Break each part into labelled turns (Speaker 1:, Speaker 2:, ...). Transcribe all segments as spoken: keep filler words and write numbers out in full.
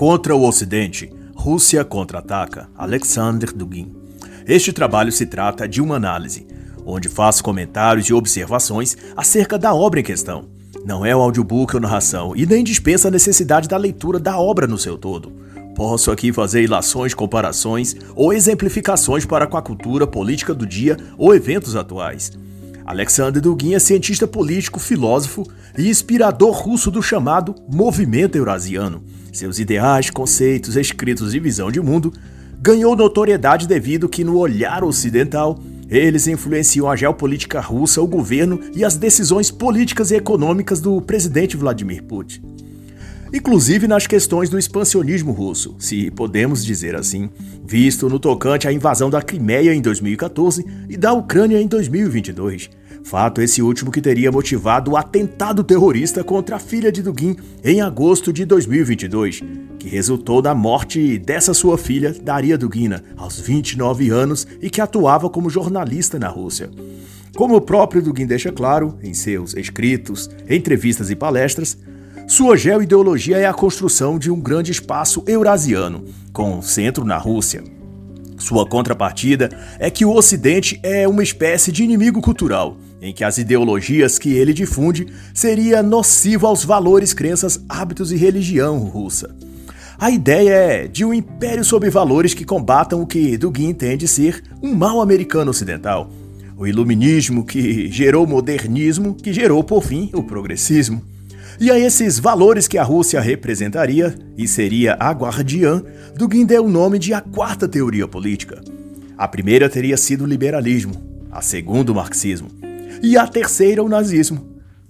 Speaker 1: Contra o Ocidente, Rússia contra-ataca, Alexander Dugin. Este trabalho se trata de uma análise, onde faço comentários e observações acerca da obra em questão. Não é um audiobook ou narração e nem dispensa a necessidade da leitura da obra no seu todo. Posso aqui fazer ilações, comparações ou exemplificações para com a cultura política do dia ou eventos atuais. Alexander Dugin é cientista político, filósofo e inspirador russo do chamado Movimento Eurasiano. Seus ideais, conceitos, escritos e visão de mundo ganhou notoriedade devido que, no olhar ocidental, eles influenciam a geopolítica russa, o governo e as decisões políticas e econômicas do presidente Vladimir Putin. Inclusive nas questões do expansionismo russo, se podemos dizer assim, visto no tocante à invasão da Crimeia em dois mil e quatorze e da Ucrânia em dois mil e vinte e dois. Fato esse último que teria motivado o atentado terrorista contra a filha de Dugin em agosto de dois mil e vinte e dois, que resultou na morte dessa sua filha, Daria Dugina, aos vinte e nove anos e que atuava como jornalista na Rússia. Como o próprio Dugin deixa claro em seus escritos, entrevistas e palestras, sua geoideologia é a construção de um grande espaço eurasiano, com centro na Rússia. Sua contrapartida é que o Ocidente é uma espécie de inimigo cultural, em que as ideologias que ele difunde seria nocivo aos valores, crenças, hábitos e religião russa. A ideia é de um império sob valores que combatam o que Dugin entende ser um mal americano ocidental. O iluminismo que gerou o modernismo, que gerou, por fim, o progressismo. E a esses valores que a Rússia representaria e seria a guardiã, Dugin deu o nome de a quarta teoria política. A primeira teria sido o liberalismo, a segunda o marxismo e a terceira o nazismo.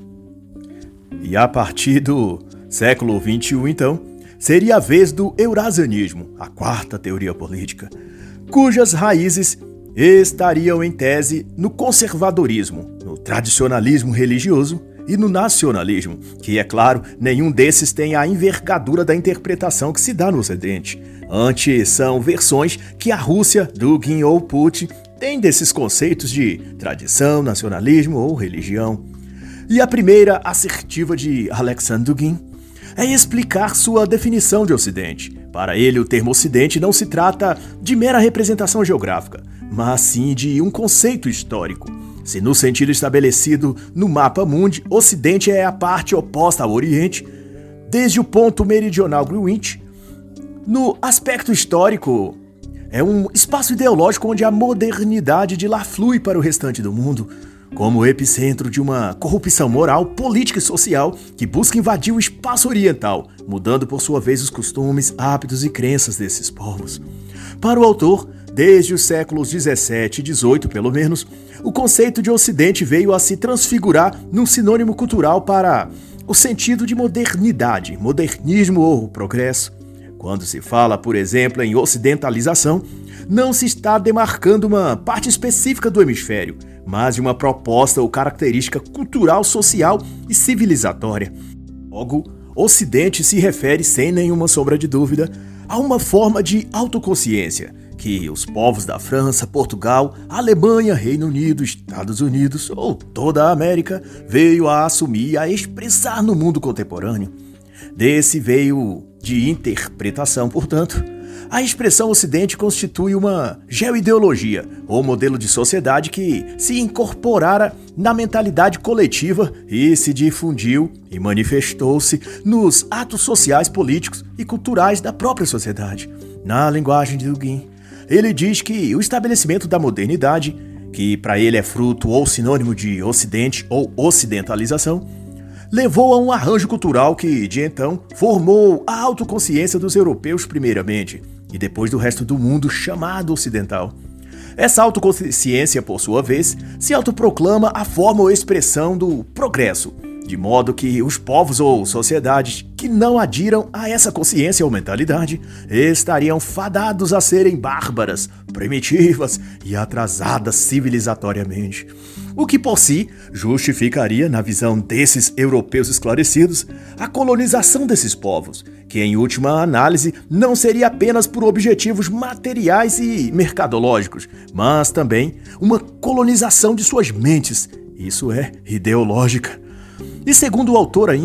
Speaker 1: E a partir do século vinte e um, então, seria a vez do eurasianismo, a quarta teoria política, cujas raízes estariam em tese no conservadorismo, no tradicionalismo religioso e no nacionalismo, que, é claro, nenhum desses tem a envergadura da interpretação que se dá no Ocidente. Antes, são versões que a Rússia, Dugin ou Putin tem desses conceitos de tradição, nacionalismo ou religião. E a primeira assertiva de Alexander Dugin é explicar sua definição de Ocidente. Para ele, o termo Ocidente não se trata de mera representação geográfica, mas sim de um conceito histórico. Se no sentido estabelecido no mapa mundi, Ocidente é a parte oposta ao Oriente, desde o ponto meridional Greenwich, no aspecto histórico, é um espaço ideológico onde a modernidade de lá flui para o restante do mundo, como o epicentro de uma corrupção moral, política e social que busca invadir o espaço oriental, mudando por sua vez os costumes, hábitos e crenças desses povos. Para o autor, desde os séculos dezessete e dezoito, pelo menos, o conceito de Ocidente veio a se transfigurar num sinônimo cultural para o sentido de modernidade, modernismo ou progresso. Quando se fala, por exemplo, em ocidentalização, não se está demarcando uma parte específica do hemisfério, mas de uma proposta ou característica cultural, social e civilizatória. Logo, Ocidente se refere, sem nenhuma sombra de dúvida, a uma forma de autoconsciência que os povos da França, Portugal, Alemanha, Reino Unido, Estados Unidos ou toda a América veio a assumir e a expressar no mundo contemporâneo. Desse veio de interpretação, portanto, a expressão Ocidente constitui uma geoideologia ou modelo de sociedade que se incorporara na mentalidade coletiva e se difundiu e manifestou-se nos atos sociais, políticos e culturais da própria sociedade. Na linguagem de Dugin, ele diz que o estabelecimento da modernidade, que para ele é fruto ou sinônimo de Ocidente ou ocidentalização, levou a um arranjo cultural que, de então, formou a autoconsciência dos europeus primeiramente, e depois do resto do mundo chamado ocidental. Essa autoconsciência, por sua vez, se autoproclama a forma ou expressão do progresso, de modo que os povos ou sociedades que não adiram a essa consciência ou mentalidade estariam fadados a serem bárbaras, primitivas e atrasadas civilizatoriamente. O que por si justificaria, na visão desses europeus esclarecidos, a colonização desses povos, que em última análise não seria apenas por objetivos materiais e mercadológicos, mas também uma colonização de suas mentes, isso é, ideológica. E segundo o autor ainda,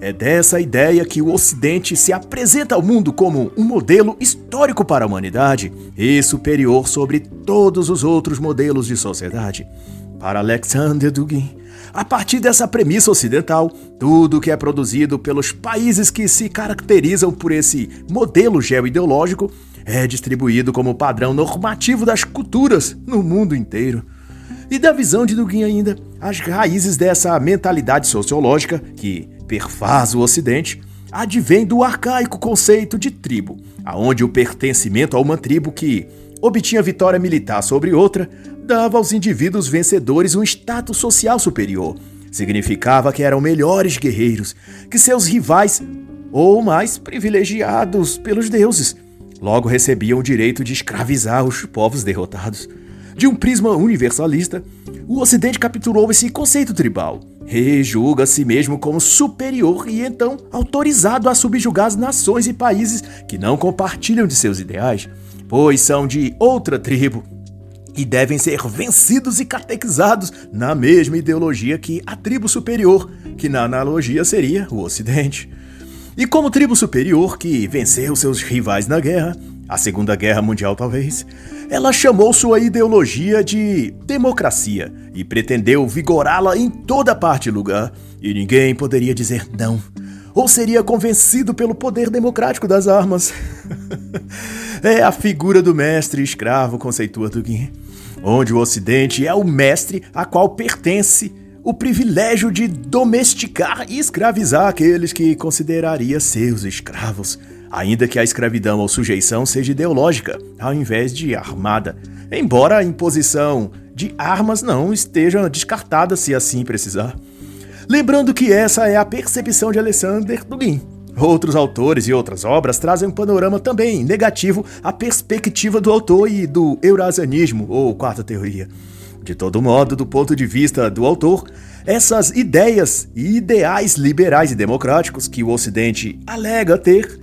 Speaker 1: É dessa ideia que o Ocidente se apresenta ao mundo como um modelo histórico para a humanidade e superior sobre todos os outros modelos de sociedade. Para Alexander Dugin, a partir dessa premissa ocidental, tudo que é produzido pelos países que se caracterizam por esse modelo geoideológico é distribuído como padrão normativo das culturas no mundo inteiro. E da visão de Dugin ainda, as raízes dessa mentalidade sociológica que perfaz o Ocidente advém do arcaico conceito de tribo, aonde o pertencimento a uma tribo que obtinha vitória militar sobre outra dava aos indivíduos vencedores um status social superior. Significava que eram melhores guerreiros que seus rivais ou mais privilegiados pelos deuses. Logo recebiam o direito de escravizar os povos derrotados. De um prisma universalista, o Ocidente capturou esse conceito tribal e julga a si mesmo como superior e então autorizado a subjugar as nações e países que não compartilham de seus ideais, pois são de outra tribo e devem ser vencidos e catequizados na mesma ideologia que a tribo superior, que na analogia seria o Ocidente. E como tribo superior que venceu seus rivais na guerra, a Segunda Guerra Mundial talvez, ela chamou sua ideologia de democracia e pretendeu vigorá-la em toda parte e lugar, e ninguém poderia dizer não, ou seria convencido pelo poder democrático das armas. É a figura do mestre escravo, conceitua Dugin, onde o Ocidente é o mestre a qual pertence o privilégio de domesticar e escravizar aqueles que consideraria seus escravos, ainda que a escravidão ou sujeição seja ideológica, ao invés de armada, embora a imposição de armas não esteja descartada se assim precisar. Lembrando que essa é a percepção de Alexander Dugin. Outros autores e outras obras trazem um panorama também negativo à perspectiva do autor e do eurasianismo, ou quarta teoria. De todo modo, do ponto de vista do autor, essas ideias e ideais liberais e democráticos que o Ocidente alega ter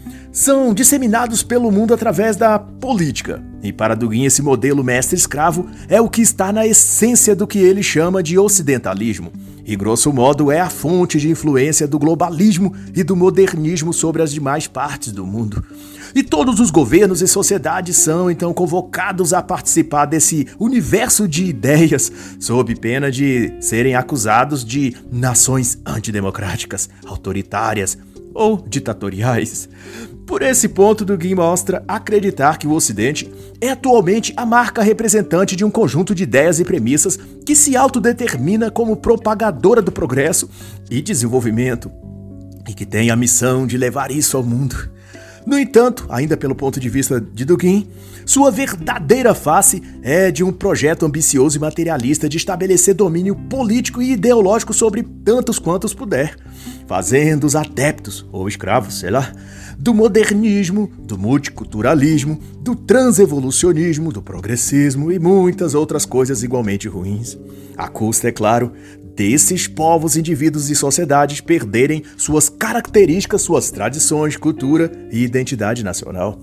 Speaker 1: são disseminados pelo mundo através da política. E para Dugin, esse modelo mestre-escravo é o que está na essência do que ele chama de ocidentalismo. E, grosso modo, é a fonte de influência do globalismo e do modernismo sobre as demais partes do mundo. E todos os governos e sociedades são, então, convocados a participar desse universo de ideias, sob pena de serem acusados de nações antidemocráticas, autoritárias ou ditatoriais. Por esse ponto, Dugin mostra acreditar que o Ocidente é atualmente a marca representante de um conjunto de ideias e premissas que se autodetermina como propagadora do progresso e desenvolvimento, e que tem a missão de levar isso ao mundo. No entanto, ainda pelo ponto de vista de Dugin, sua verdadeira face é de um projeto ambicioso e materialista de estabelecer domínio político e ideológico sobre tantos quantos puder, fazendo os adeptos, ou escravos, sei lá, do modernismo, do multiculturalismo, do transevolucionismo, do progressismo e muitas outras coisas igualmente ruins. A custa, é claro, desses povos, indivíduos e sociedades perderem suas características, suas tradições, cultura e identidade nacional.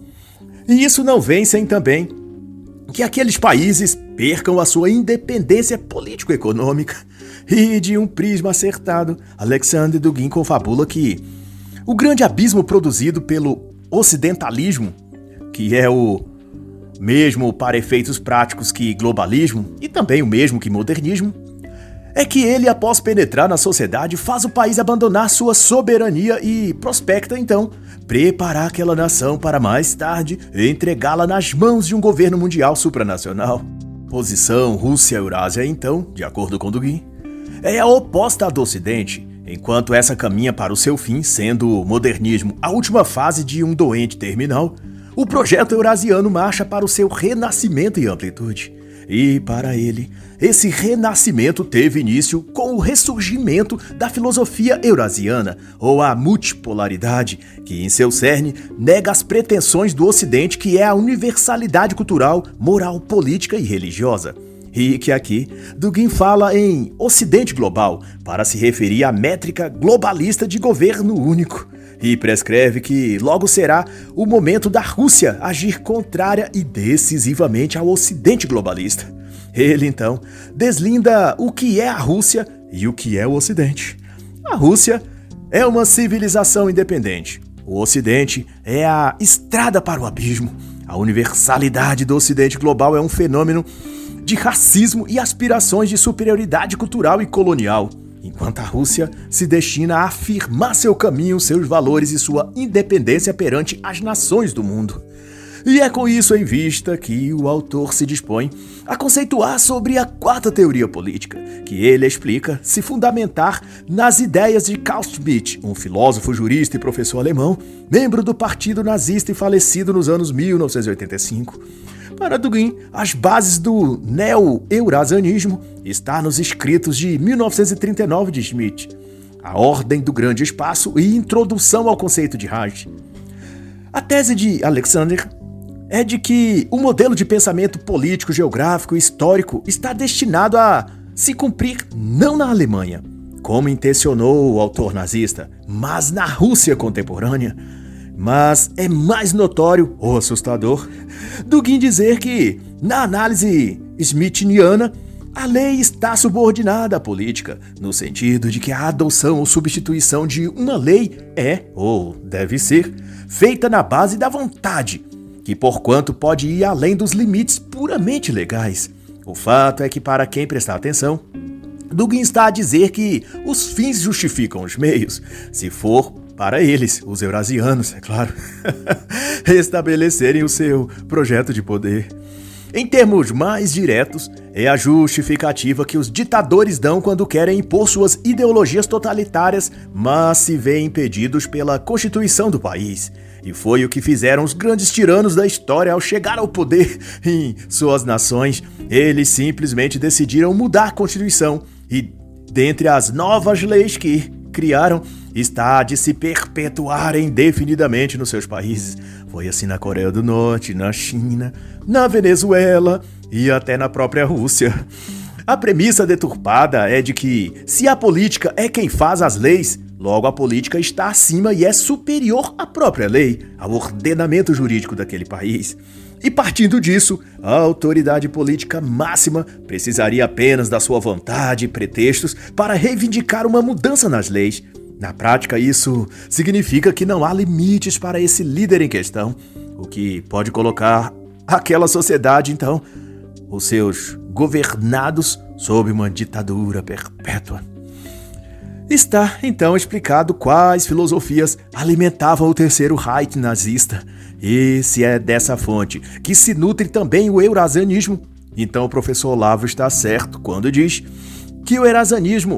Speaker 1: E isso não vem sem também que aqueles países percam a sua independência político-econômica. E de um prisma acertado, Alexander Dugin confabula que o grande abismo produzido pelo ocidentalismo, que é o mesmo para efeitos práticos que globalismo e também o mesmo que modernismo, é que ele, após penetrar na sociedade, faz o país abandonar sua soberania e prospecta, então, preparar aquela nação para mais tarde entregá-la nas mãos de um governo mundial supranacional. Posição Rússia-Eurásia, então, de acordo com Dugin, é a oposta à do Ocidente, enquanto essa caminha para o seu fim, sendo o modernismo a última fase de um doente terminal, o projeto eurasiano marcha para o seu renascimento e amplitude. E, para ele, esse renascimento teve início com o ressurgimento da filosofia eurasiana, ou a multipolaridade, que em seu cerne nega as pretensões do Ocidente, que é a universalidade cultural, moral, política e religiosa. E que aqui Dugin fala em Ocidente Global, para se referir à métrica globalista de governo único. E prescreve que logo será o momento da Rússia agir contrária e decisivamente ao Ocidente globalista. Ele, então, deslinda o que é a Rússia e o que é o Ocidente. A Rússia é uma civilização independente. O Ocidente é a estrada para o abismo. A universalidade do Ocidente global é um fenômeno de racismo e aspirações de superioridade cultural e colonial, enquanto a Rússia se destina a afirmar seu caminho, seus valores e sua independência perante as nações do mundo. E é com isso em vista que o autor se dispõe a conceituar sobre a quarta teoria política, que ele explica se fundamentar nas ideias de Carl Schmitt, um filósofo, jurista e professor alemão, membro do Partido Nazista e falecido nos anos mil novecentos e oitenta e cinco. Para Dugin, as bases do neo-eurasianismo estão nos escritos de mil novecentos e trinta e nove de Schmitt, A Ordem do Grande Espaço e Introdução ao Conceito de Reich. A tese de Alexander é de que o modelo de pensamento político, geográfico e histórico está destinado a se cumprir não na Alemanha, como intencionou o autor nazista, mas na Rússia contemporânea. Mas é mais notório, ou assustador, Dugin dizer que, na análise schmittiana, a lei está subordinada à política, no sentido de que a adoção ou substituição de uma lei é, ou deve ser, feita na base da vontade, que porquanto pode ir além dos limites puramente legais. O fato é que, para quem prestar atenção, Dugin está a dizer que os fins justificam os meios, se for para eles, os eurasianos, é claro, estabelecerem o seu projeto de poder. Em termos mais diretos, é a justificativa que os ditadores dão quando querem impor suas ideologias totalitárias, mas se veem impedidos pela Constituição do país. E foi o que fizeram os grandes tiranos da história ao chegar ao poder em suas nações. Eles simplesmente decidiram mudar a Constituição e, dentre as novas leis que criaram, está de se perpetuar indefinidamente nos seus países. Foi assim na Coreia do Norte, na China, na Venezuela e até na própria Rússia. A premissa deturpada é de que, se a política é quem faz as leis, logo a política está acima e é superior à própria lei, ao ordenamento jurídico daquele país. E partindo disso, a autoridade política máxima precisaria apenas da sua vontade e pretextos para reivindicar uma mudança nas leis. Na prática, isso significa que não há limites para esse líder em questão, o que pode colocar aquela sociedade, então, os seus governados sob uma ditadura perpétua. Está, então, explicado quais filosofias alimentavam o Terceiro Reich nazista. E se é dessa fonte que se nutre também o eurasianismo, então o professor Olavo está certo quando diz que o eurasianismo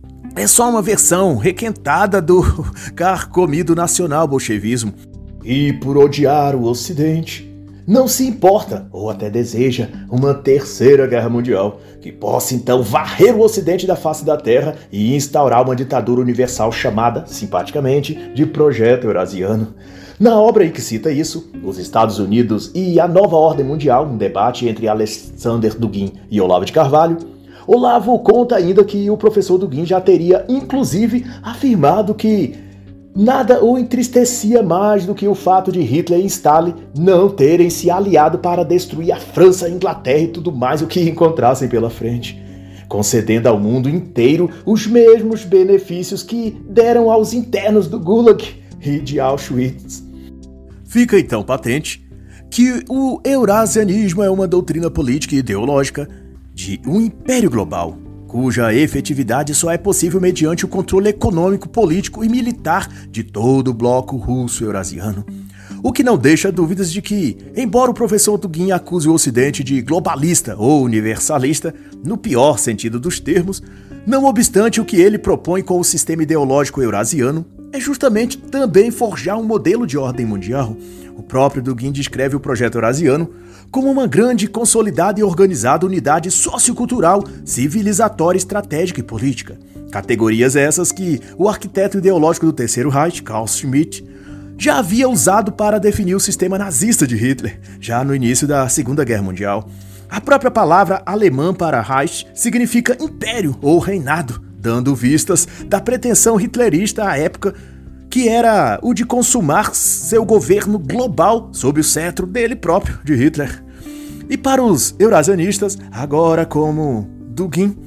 Speaker 1: é só uma versão requentada do carcomido nacional-bolchevismo. E por odiar o Ocidente, não se importa, ou até deseja, uma terceira guerra mundial, que possa então varrer o Ocidente da face da Terra e instaurar uma ditadura universal chamada, simpaticamente, de Projeto Eurasiano. Na obra em que cita isso, Os Estados Unidos e a Nova Ordem Mundial, um debate entre Alexander Dugin e Olavo de Carvalho, Olavo conta ainda que o professor Dugin já teria, inclusive, afirmado que nada o entristecia mais do que o fato de Hitler e Stalin não terem se aliado para destruir a França, a Inglaterra e tudo mais o que encontrassem pela frente, concedendo ao mundo inteiro os mesmos benefícios que deram aos internos do Gulag e de Auschwitz. Fica então patente que o eurasianismo é uma doutrina política e ideológica de um império global, cuja efetividade só é possível mediante o controle econômico, político e militar de todo o bloco russo-eurasiano. O que não deixa dúvidas de que, embora o professor Dugin acuse o Ocidente de globalista ou universalista, no pior sentido dos termos, não obstante o que ele propõe com o sistema ideológico eurasiano, é justamente também forjar um modelo de ordem mundial. O próprio Dugin descreve o projeto eurasiano como uma grande, consolidada e organizada unidade sociocultural, civilizatória, estratégica e política. Categorias essas que o arquiteto ideológico do Terceiro Reich, Carl Schmitt, já havia usado para definir o sistema nazista de Hitler, já no início da Segunda Guerra Mundial. A própria palavra alemã para Reich significa império ou reinado, dando vistas da pretensão hitlerista à época, que era o de consumar seu governo global sob o cetro dele próprio, de Hitler. E para os eurasianistas, agora como Dugin,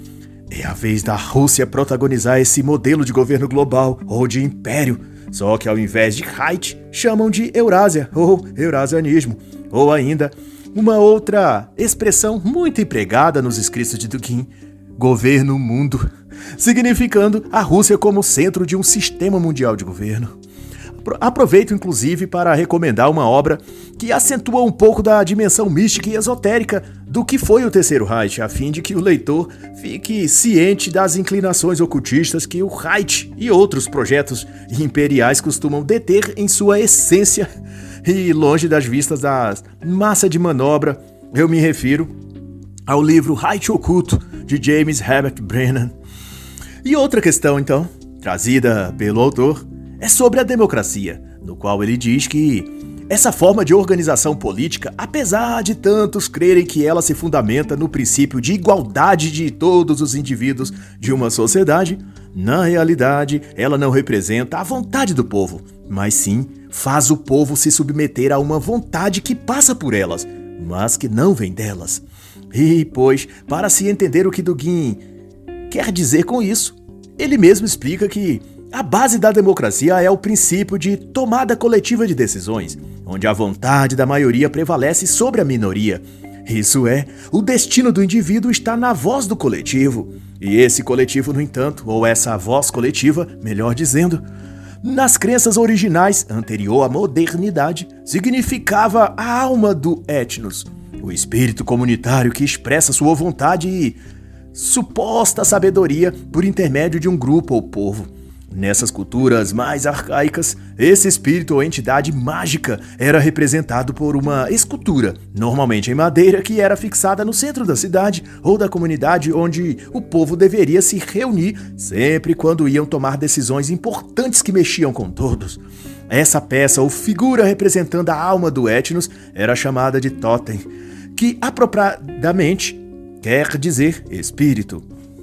Speaker 1: É a vez da Rússia protagonizar esse modelo de governo global ou de império, só que ao invés de Reich, chamam de Eurásia ou Eurasianismo, ou ainda uma outra expressão muito empregada nos escritos de Dugin, governo mundo, significando a Rússia como centro de um sistema mundial de governo. Aproveito, inclusive, para recomendar uma obra que acentua um pouco da dimensão mística e esotérica do que foi o Terceiro Reich, a fim de que o leitor fique ciente das inclinações ocultistas que o Reich e outros projetos imperiais costumam deter em sua essência e longe das vistas da massa de manobra. Eu me refiro ao livro Reich Oculto, de James Herbert Brennan. E outra questão, então, trazida pelo autor, é sobre a democracia, no qual ele diz que essa forma de organização política, apesar de tantos crerem que ela se fundamenta no princípio de igualdade de todos os indivíduos de uma sociedade, na realidade ela não representa a vontade do povo, mas sim faz o povo se submeter a uma vontade que passa por elas, mas que não vem delas. E, pois, para se entender o que Dugin quer dizer com isso, ele mesmo explica que a base da democracia é o princípio de tomada coletiva de decisões, onde a vontade da maioria prevalece sobre a minoria. Isso é, o destino do indivíduo está na voz do coletivo. E esse coletivo, no entanto, ou essa voz coletiva, melhor dizendo, nas crenças originais, anterior à modernidade, significava a alma do etnos, o espírito comunitário que expressa sua vontade e suposta sabedoria por intermédio de um grupo ou povo. Nessas culturas mais arcaicas, esse espírito ou entidade mágica era representado por uma escultura, normalmente em madeira, que era fixada no centro da cidade ou da comunidade onde o povo deveria se reunir sempre quando iam tomar decisões importantes que mexiam com todos. Essa peça ou figura representando a alma do etnos era chamada de totem, que apropriadamente quer dizer espírito.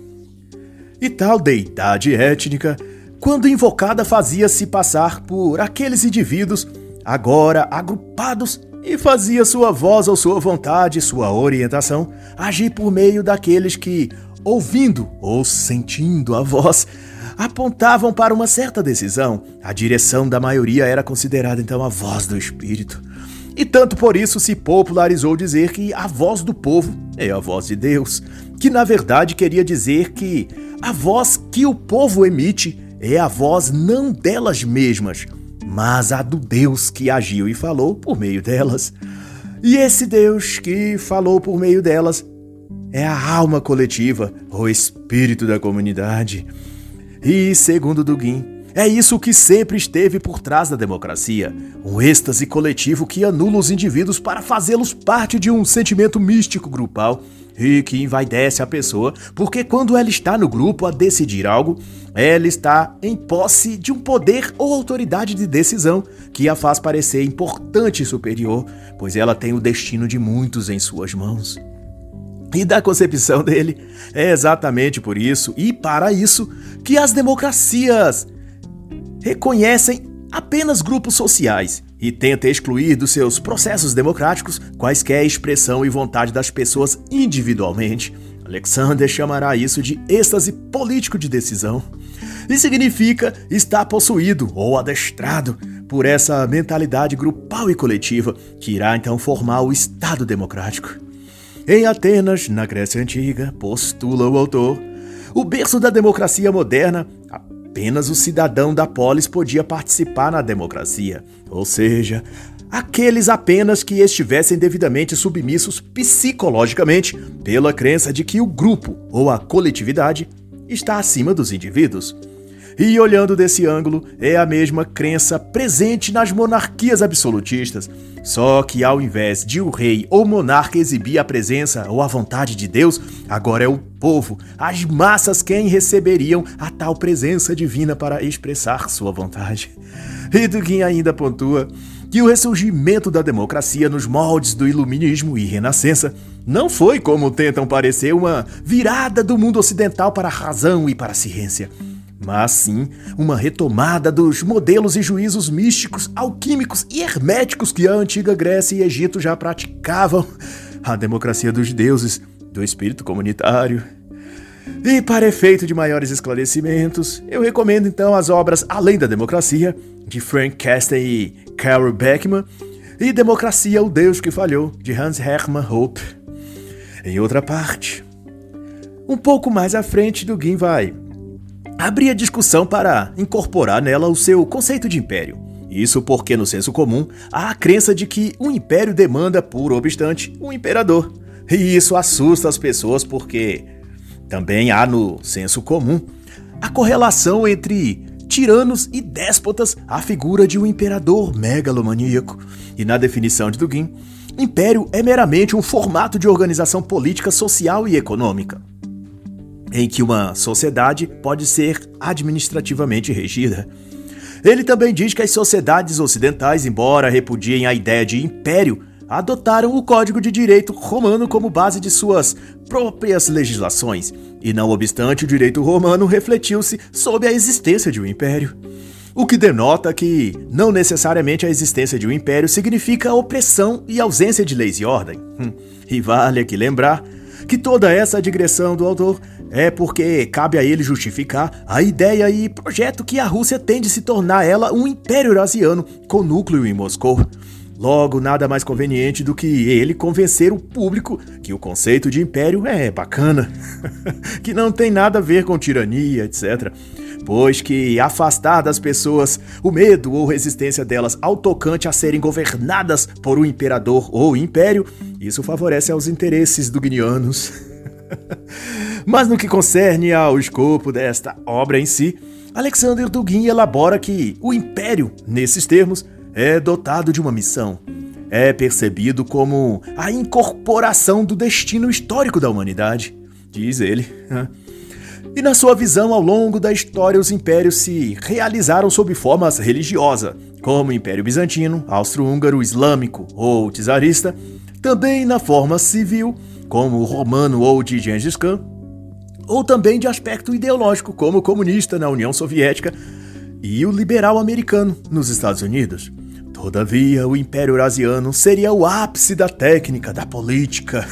Speaker 1: E tal deidade étnica, quando invocada, fazia-se passar por aqueles indivíduos agora agrupados e fazia sua voz ou sua vontade, sua orientação, agir por meio daqueles que, ouvindo ou sentindo a voz, apontavam para uma certa decisão. A direção da maioria era considerada então a voz do espírito. E tanto por isso se popularizou dizer que a voz do povo é a voz de Deus, que na verdade queria dizer que a voz que o povo emite é a voz não delas mesmas, mas a do Deus que agiu e falou por meio delas. E esse Deus que falou por meio delas é a alma coletiva, o espírito da comunidade. E, segundo Dugin, é isso que sempre esteve por trás da democracia, um êxtase coletivo que anula os indivíduos para fazê-los parte de um sentimento místico grupal e que envaidece a pessoa, porque quando ela está no grupo a decidir algo, ela está em posse de um poder ou autoridade de decisão que a faz parecer importante e superior, pois ela tem o destino de muitos em suas mãos. E da concepção dele, é exatamente por isso e para isso que as democracias reconhecem apenas grupos sociais e tenta excluir dos seus processos democráticos quaisquer expressão e vontade das pessoas individualmente. Alexander chamará isso de êxtase político de decisão e significa estar possuído ou adestrado por essa mentalidade grupal e coletiva que irá então formar o Estado democrático. Em Atenas, na Grécia Antiga, postula o autor, o berço da democracia moderna, apenas o cidadão da polis podia participar na democracia, ou seja, aqueles apenas que estivessem devidamente submissos psicologicamente pela crença de que o grupo ou a coletividade está acima dos indivíduos. E olhando desse ângulo, é a mesma crença presente nas monarquias absolutistas, só que ao invés de o rei ou monarca exibir a presença ou a vontade de Deus, agora é o povo, as massas quem receberiam a tal presença divina para expressar sua vontade. E Dugin ainda pontua que o ressurgimento da democracia nos moldes do iluminismo e renascença não foi, como tentam parecer, uma virada do mundo ocidental para a razão e para a ciência, mas sim uma retomada dos modelos e juízos místicos, alquímicos e herméticos que a antiga Grécia e Egito já praticavam, a democracia dos deuses, do espírito comunitário. E para efeito de maiores esclarecimentos, eu recomendo então as obras Além da Democracia, de Frank Castle e Carol Beckman, e Democracia, o Deus que Falhou, de Hans Hermann Hoppe. Em outra parte, um pouco mais à frente, Dugin vai abrir a discussão para incorporar nela o seu conceito de império. Isso porque no senso comum há a crença de que um império demanda, por obstante, um imperador. E isso assusta as pessoas porque também há no senso comum a correlação entre tiranos e déspotas, a figura de um imperador megalomaníaco. E na definição de Dugin, império é meramente um formato de organização política, social e econômica, em que uma sociedade pode ser administrativamente regida. Ele também diz que as sociedades ocidentais, embora repudiem a ideia de império, adotaram o Código de Direito Romano como base de suas próprias legislações, e não obstante o direito romano refletiu-se sobre a existência de um império. O que denota que não necessariamente a existência de um império significa opressão e ausência de leis e ordem. Hum. E vale aqui lembrar que toda essa digressão do autor é porque cabe a ele justificar a ideia e projeto que a Rússia tem de se tornar ela um império eurasiano com núcleo em Moscou. Logo, nada mais conveniente do que ele convencer o público que o conceito de império é bacana, que não tem nada a ver com tirania, etcétera. Pois que afastar das pessoas o medo ou resistência delas ao tocante a serem governadas por um imperador ou império, isso favorece aos interesses duginianos. Mas no que concerne ao escopo desta obra em si, Alexander Dugin elabora que o império, nesses termos, é dotado de uma missão. É percebido como a incorporação do destino histórico da humanidade, diz ele. E na sua visão, ao longo da história, os impérios se realizaram sob formas religiosas, como o Império Bizantino, Austro-Húngaro, Islâmico ou Czarista, também na forma civil, como o Romano ou de Gengis Khan, ou também de aspecto ideológico, como o comunista na União Soviética e o liberal americano nos Estados Unidos. Todavia, o Império Eurasiano seria o ápice da técnica, da política.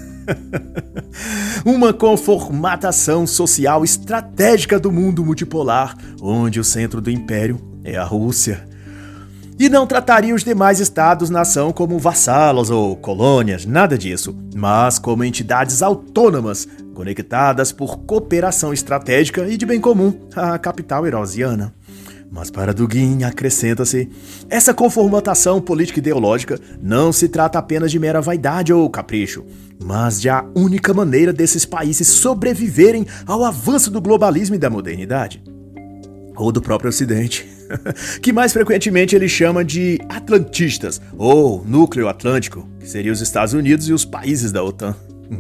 Speaker 1: Uma conformatação social estratégica do mundo multipolar, onde o centro do império é a Rússia. E não trataria os demais estados-nação como vassalos ou colônias, nada disso, mas como entidades autônomas, conectadas por cooperação estratégica e de bem comum à capital eurasiana. Mas para Dugin, acrescenta-se, essa conformatação política-ideológica não se trata apenas de mera vaidade ou capricho, mas de a única maneira desses países sobreviverem ao avanço do globalismo e da modernidade. Ou do próprio Ocidente, que mais frequentemente ele chama de atlantistas, ou núcleo atlântico, que seriam os Estados Unidos e os países da OTAN.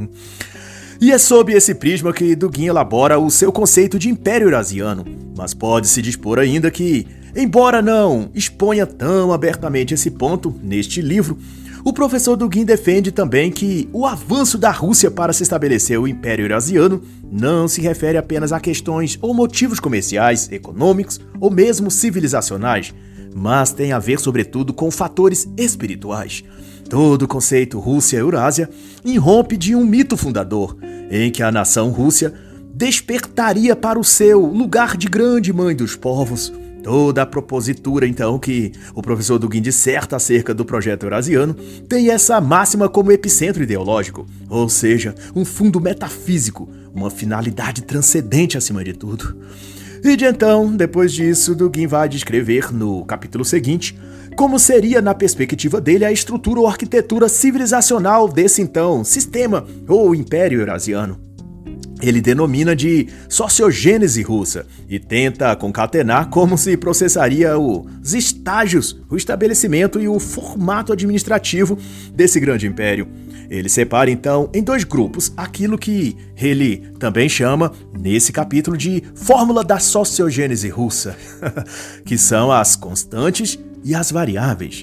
Speaker 1: E é sob esse prisma que Dugin elabora o seu conceito de Império Eurasiano, mas pode-se dispor ainda que, embora não exponha tão abertamente esse ponto neste livro, o professor Dugin defende também que o avanço da Rússia para se estabelecer o Império Eurasiano não se refere apenas a questões ou motivos comerciais, econômicos ou mesmo civilizacionais, mas tem a ver sobretudo com fatores espirituais. Todo o conceito Rússia-Eurásia irrompe de um mito fundador, em que a nação Rússia despertaria para o seu lugar de grande mãe dos povos. Toda a propositura, então, que o professor Dugin disserta acerca do projeto eurasiano tem essa máxima como epicentro ideológico, ou seja, um fundo metafísico, uma finalidade transcendente acima de tudo. E de então, depois disso, Dugin vai descrever no capítulo seguinte como seria, na perspectiva dele, a estrutura ou arquitetura civilizacional desse então sistema ou império eurasiano. Ele denomina de sociogênese russa e tenta concatenar como se processaria os estágios, o estabelecimento e o formato administrativo desse grande império. Ele separa então em dois grupos aquilo que ele também chama, nesse capítulo, de fórmula da sociogênese russa, que são as constantes e as variáveis.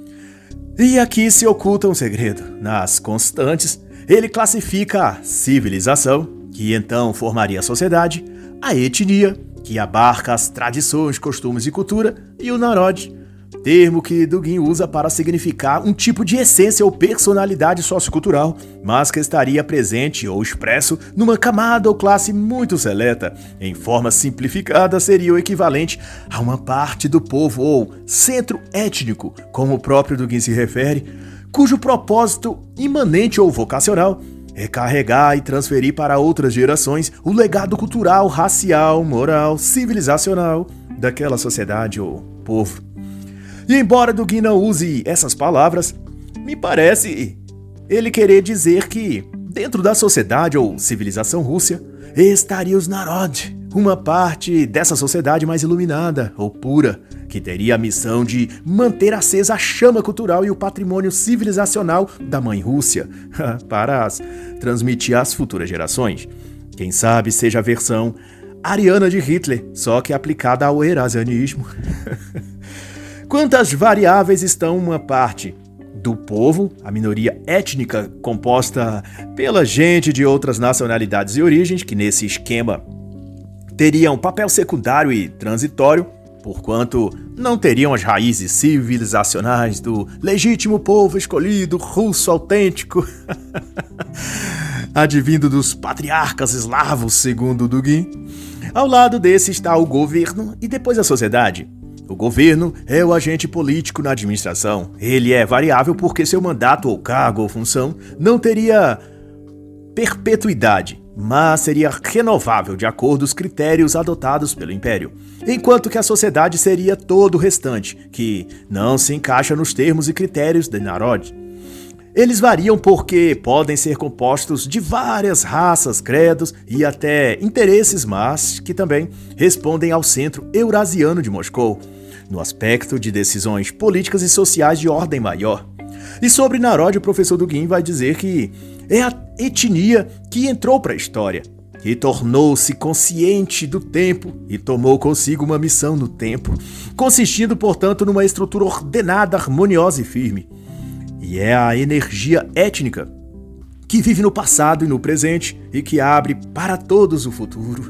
Speaker 1: E aqui se oculta um segredo. Nas constantes, ele classifica a civilização, que então formaria a sociedade, a etnia, que abarca as tradições, costumes e cultura, e o narod, termo que Dugin usa para significar um tipo de essência ou personalidade sociocultural, mas que estaria presente ou expresso numa camada ou classe muito seleta. Em forma simplificada, seria o equivalente a uma parte do povo ou centro étnico, como o próprio Dugin se refere, cujo propósito imanente ou vocacional é carregar e transferir para outras gerações o legado cultural, racial, moral, civilizacional daquela sociedade ou povo. E embora Dugin não use essas palavras, me parece ele querer dizer que, dentro da sociedade ou civilização rússia, estaria os Narod, uma parte dessa sociedade mais iluminada ou pura, que teria a missão de manter acesa a chama cultural e o patrimônio civilizacional da mãe Rússia, para as transmitir às futuras gerações. Quem sabe seja a versão ariana de Hitler, só que aplicada ao eurasianismo. Quantas variáveis estão uma parte do povo, a minoria étnica composta pela gente de outras nacionalidades e origens, que nesse esquema teriam papel secundário e transitório, porquanto não teriam as raízes civilizacionais do legítimo povo escolhido russo autêntico, advindo dos patriarcas eslavos, segundo Dugin. Ao lado desse está o governo e depois a sociedade. O governo é o agente político na administração. Ele é variável porque seu mandato ou cargo ou função não teria perpetuidade, mas seria renovável de acordo com os critérios adotados pelo Império, enquanto que a sociedade seria todo o restante, que não se encaixa nos termos e critérios de Narod. Eles variam porque podem ser compostos de várias raças, credos e até interesses, mas que também respondem ao centro eurasiano de Moscou, no aspecto de decisões políticas e sociais de ordem maior. E sobre Narod, o professor Dugin vai dizer que é a etnia que entrou para a história, que tornou-se consciente do tempo e tomou consigo uma missão no tempo, consistindo, portanto, numa estrutura ordenada, harmoniosa e firme. E é a energia étnica que vive no passado e no presente e que abre para todos o futuro.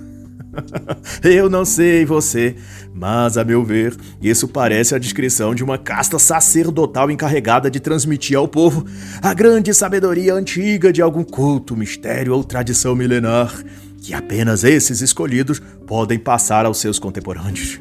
Speaker 1: Eu não sei você, mas a meu ver, isso parece a descrição de uma casta sacerdotal encarregada de transmitir ao povo a grande sabedoria antiga de algum culto, mistério ou tradição milenar, que apenas esses escolhidos podem passar aos seus contemporâneos.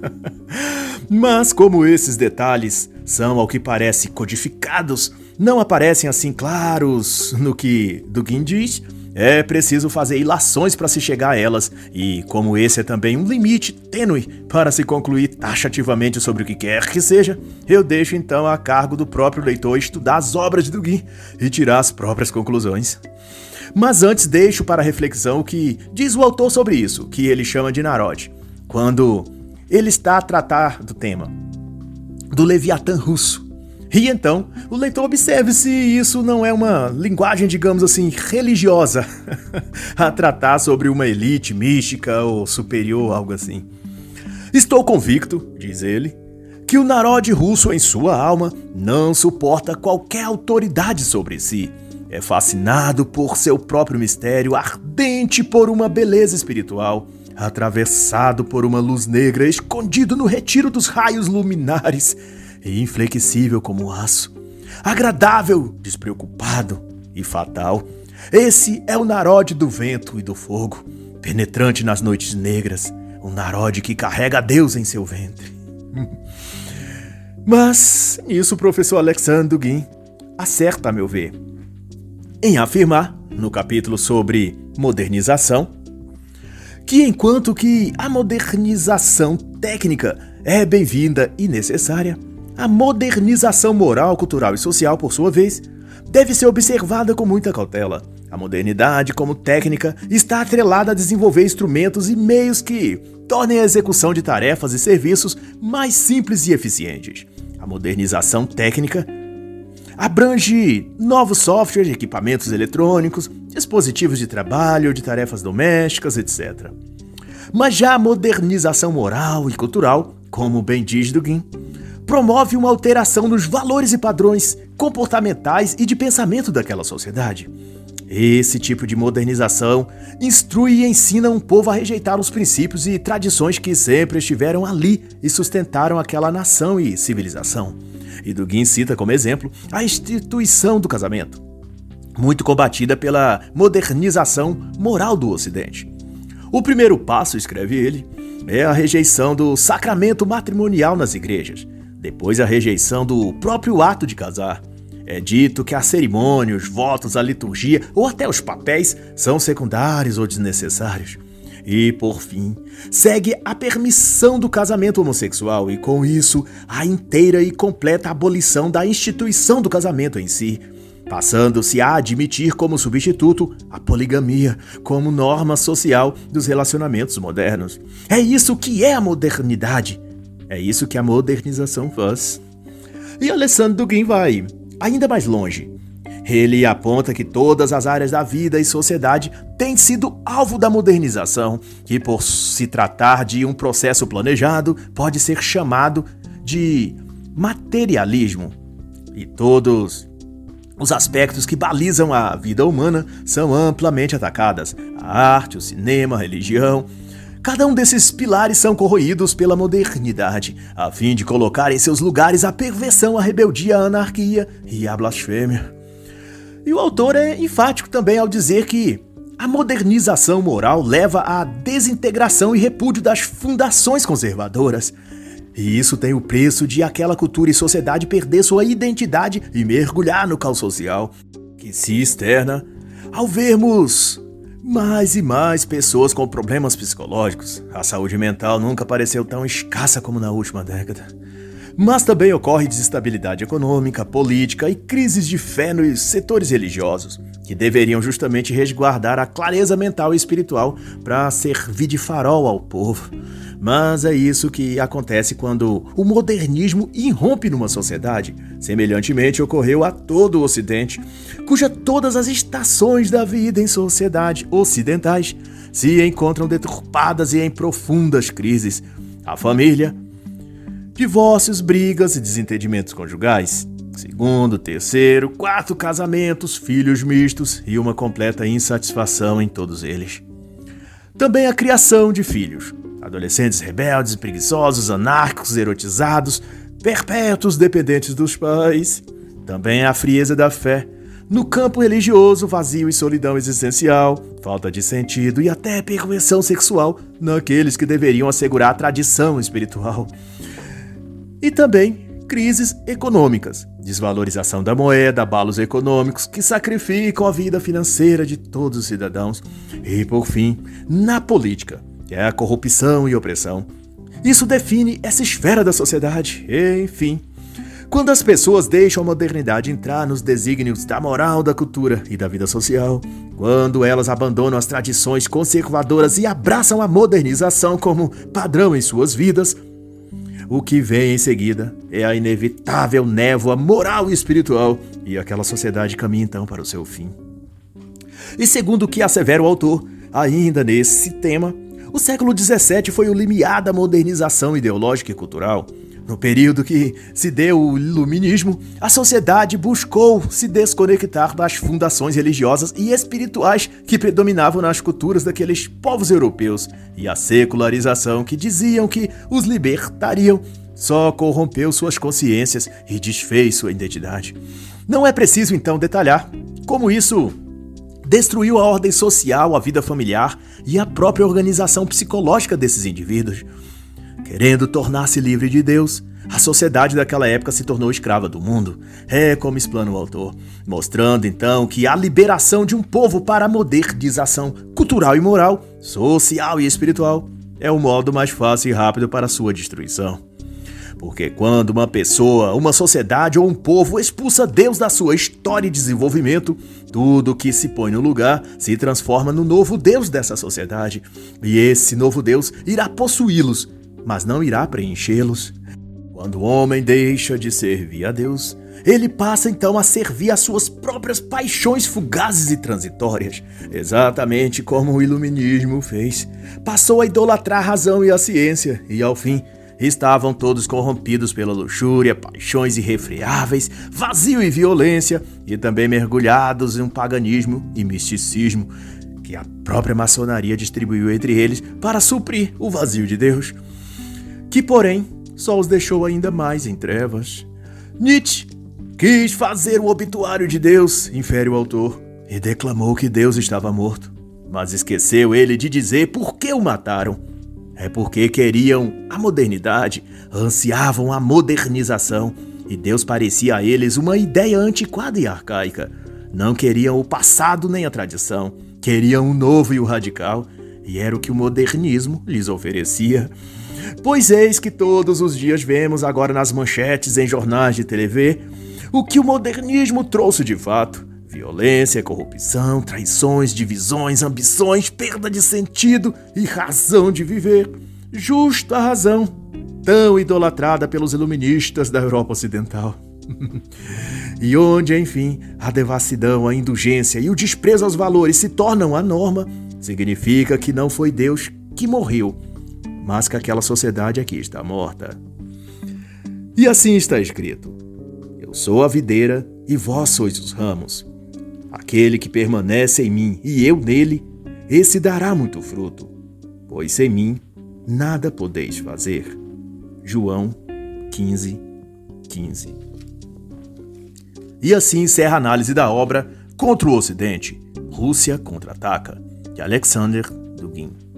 Speaker 1: Mas como esses detalhes são, ao que parece, codificados, não aparecem assim claros no que Dugin diz, é preciso fazer ilações para se chegar a elas, e como esse é também um limite tênue para se concluir taxativamente sobre o que quer que seja, eu deixo então a cargo do próprio leitor estudar as obras de Dugin e tirar as próprias conclusões. Mas antes deixo para reflexão o que diz o autor sobre isso, que ele chama de Narod, quando ele está a tratar do tema do Leviatã russo. E então, o leitor observe se isso não é uma linguagem, digamos assim, religiosa, a tratar sobre uma elite mística ou superior, algo assim. Estou convicto, diz ele, que o Narod russo em sua alma não suporta qualquer autoridade sobre si. É fascinado por seu próprio mistério, ardente por uma beleza espiritual, atravessado por uma luz negra, escondido no retiro dos raios luminares, e inflexível como aço, agradável, despreocupado e fatal. Esse é o Narod do vento e do fogo, penetrante nas noites negras, um Narod que carrega Deus em seu ventre. Mas isso o professor Alexandre Dugin acerta, a meu ver, em afirmar, no capítulo sobre modernização, que enquanto que a modernização técnica é bem-vinda e necessária, a modernização moral, cultural e social, por sua vez, deve ser observada com muita cautela. A modernidade, como técnica, está atrelada a desenvolver instrumentos e meios que tornem a execução de tarefas e serviços mais simples e eficientes. A modernização técnica abrange novos softwares, equipamentos eletrônicos, dispositivos de trabalho, de tarefas domésticas, etcétera. Mas já a modernização moral e cultural, como bem diz Dugin, promove uma alteração nos valores e padrões comportamentais e de pensamento daquela sociedade. Esse tipo de modernização instrui e ensina um povo a rejeitar os princípios e tradições que sempre estiveram ali e sustentaram aquela nação e civilização. E Dugin cita como exemplo a instituição do casamento, muito combatida pela modernização moral do Ocidente. O primeiro passo, escreve ele, é a rejeição do sacramento matrimonial nas igrejas, depois a rejeição do próprio ato de casar. É dito que a cerimônia, os votos, a liturgia ou até os papéis são secundários ou desnecessários. E, por fim, segue a permissão do casamento homossexual e, com isso, a inteira e completa abolição da instituição do casamento em si, passando-se a admitir como substituto a poligamia como norma social dos relacionamentos modernos. É isso que é a modernidade. É isso que a modernização faz. E Alessandro Dugin vai ainda mais longe. Ele aponta que todas as áreas da vida e sociedade têm sido alvo da modernização, que por se tratar de um processo planejado, pode ser chamado de materialismo. E todos os aspectos que balizam a vida humana são amplamente atacadas: a arte, o cinema, a religião. Cada um desses pilares são corroídos pela modernidade, a fim de colocar em seus lugares a perversão, a rebeldia, a anarquia e a blasfêmia. E o autor é enfático também ao dizer que a modernização moral leva à desintegração e repúdio das fundações conservadoras. E isso tem o preço de aquela cultura e sociedade perder sua identidade e mergulhar no caos social, que se externa ao vermos mais e mais pessoas com problemas psicológicos. A saúde mental nunca pareceu tão escassa como na última década. Mas também ocorre desestabilidade econômica, política e crises de fé nos setores religiosos, que deveriam justamente resguardar a clareza mental e espiritual para servir de farol ao povo. Mas é isso que acontece quando o modernismo irrompe numa sociedade. Semelhantemente ocorreu a todo o Ocidente, cuja todas as estações da vida em sociedade ocidentais se encontram deturpadas e em profundas crises. A família, divórcios, brigas e desentendimentos conjugais, segundo, terceiro, quarto casamentos, filhos mistos e uma completa insatisfação em todos eles. Também a criação de filhos, adolescentes rebeldes, preguiçosos, anárquicos, erotizados, perpétuos dependentes dos pais. Também a frieza da fé, no campo religioso, vazio e solidão existencial, falta de sentido e até perversão sexual naqueles que deveriam assegurar a tradição espiritual. E também crises econômicas, desvalorização da moeda, abalos econômicos que sacrificam a vida financeira de todos os cidadãos. E, por fim, na política, que é a corrupção e opressão. Isso define essa esfera da sociedade. Enfim, quando as pessoas deixam a modernidade entrar nos desígnios da moral, da cultura e da vida social, quando elas abandonam as tradições conservadoras e abraçam a modernização como padrão em suas vidas, o que vem em seguida é a inevitável névoa moral e espiritual, e aquela sociedade caminha então para o seu fim. E segundo o que assevera o autor, ainda nesse tema, o século dezessete foi o limiar da modernização ideológica e cultural. No período que se deu o iluminismo, a sociedade buscou se desconectar das fundações religiosas e espirituais que predominavam nas culturas daqueles povos europeus, e a secularização que diziam que os libertariam só corrompeu suas consciências e desfez sua identidade. Não é preciso então detalhar como isso destruiu a ordem social, a vida familiar e a própria organização psicológica desses indivíduos. Querendo tornar-se livre de Deus, a sociedade daquela época se tornou escrava do mundo. É como explana o autor, mostrando então que a liberação de um povo para a modernização cultural e moral, social e espiritual é o modo mais fácil e rápido para a sua destruição. Porque quando uma pessoa, uma sociedade ou um povo expulsa Deus da sua história e desenvolvimento, tudo que se põe no lugar se transforma no novo Deus dessa sociedade. E esse novo Deus irá possuí-los, mas não irá preenchê-los. Quando o homem deixa de servir a Deus, ele passa então a servir as suas próprias paixões fugazes e transitórias, exatamente como o iluminismo fez. Passou a idolatrar a razão e a ciência, e ao fim, Estavam todos corrompidos pela luxúria, paixões irrefreáveis, vazio e violência, e também mergulhados em um paganismo e misticismo que a própria maçonaria distribuiu entre eles para suprir o vazio de Deus, que, porém, só os deixou ainda mais em trevas. Nietzsche quis fazer o obituário de Deus, infere o autor, e declamou que Deus estava morto, mas esqueceu ele de dizer por que o mataram. É porque queriam a modernidade, ansiavam a modernização, e Deus parecia a eles uma ideia antiquada e arcaica. Não queriam o passado nem a tradição, queriam o novo e o radical, e era o que o modernismo lhes oferecia. Pois eis que todos os dias vemos agora nas manchetes em jornais de T V o que o modernismo trouxe de fato: violência, corrupção, traições, divisões, ambições, perda de sentido e razão de viver. Justa razão, tão idolatrada pelos iluministas da Europa Ocidental. E onde, enfim, a devassidão, a indulgência e o desprezo aos valores se tornam a norma, significa que não foi Deus que morreu, mas que aquela sociedade aqui está morta. E assim está escrito: eu sou a videira e vós sois os ramos. Aquele que permanece em mim e eu nele, esse dará muito fruto, pois sem mim nada podeis fazer. João quinze, quinze. E assim encerra a análise da obra Contra o Ocidente, Rússia Contra-Ataca, de Alexander Dugin.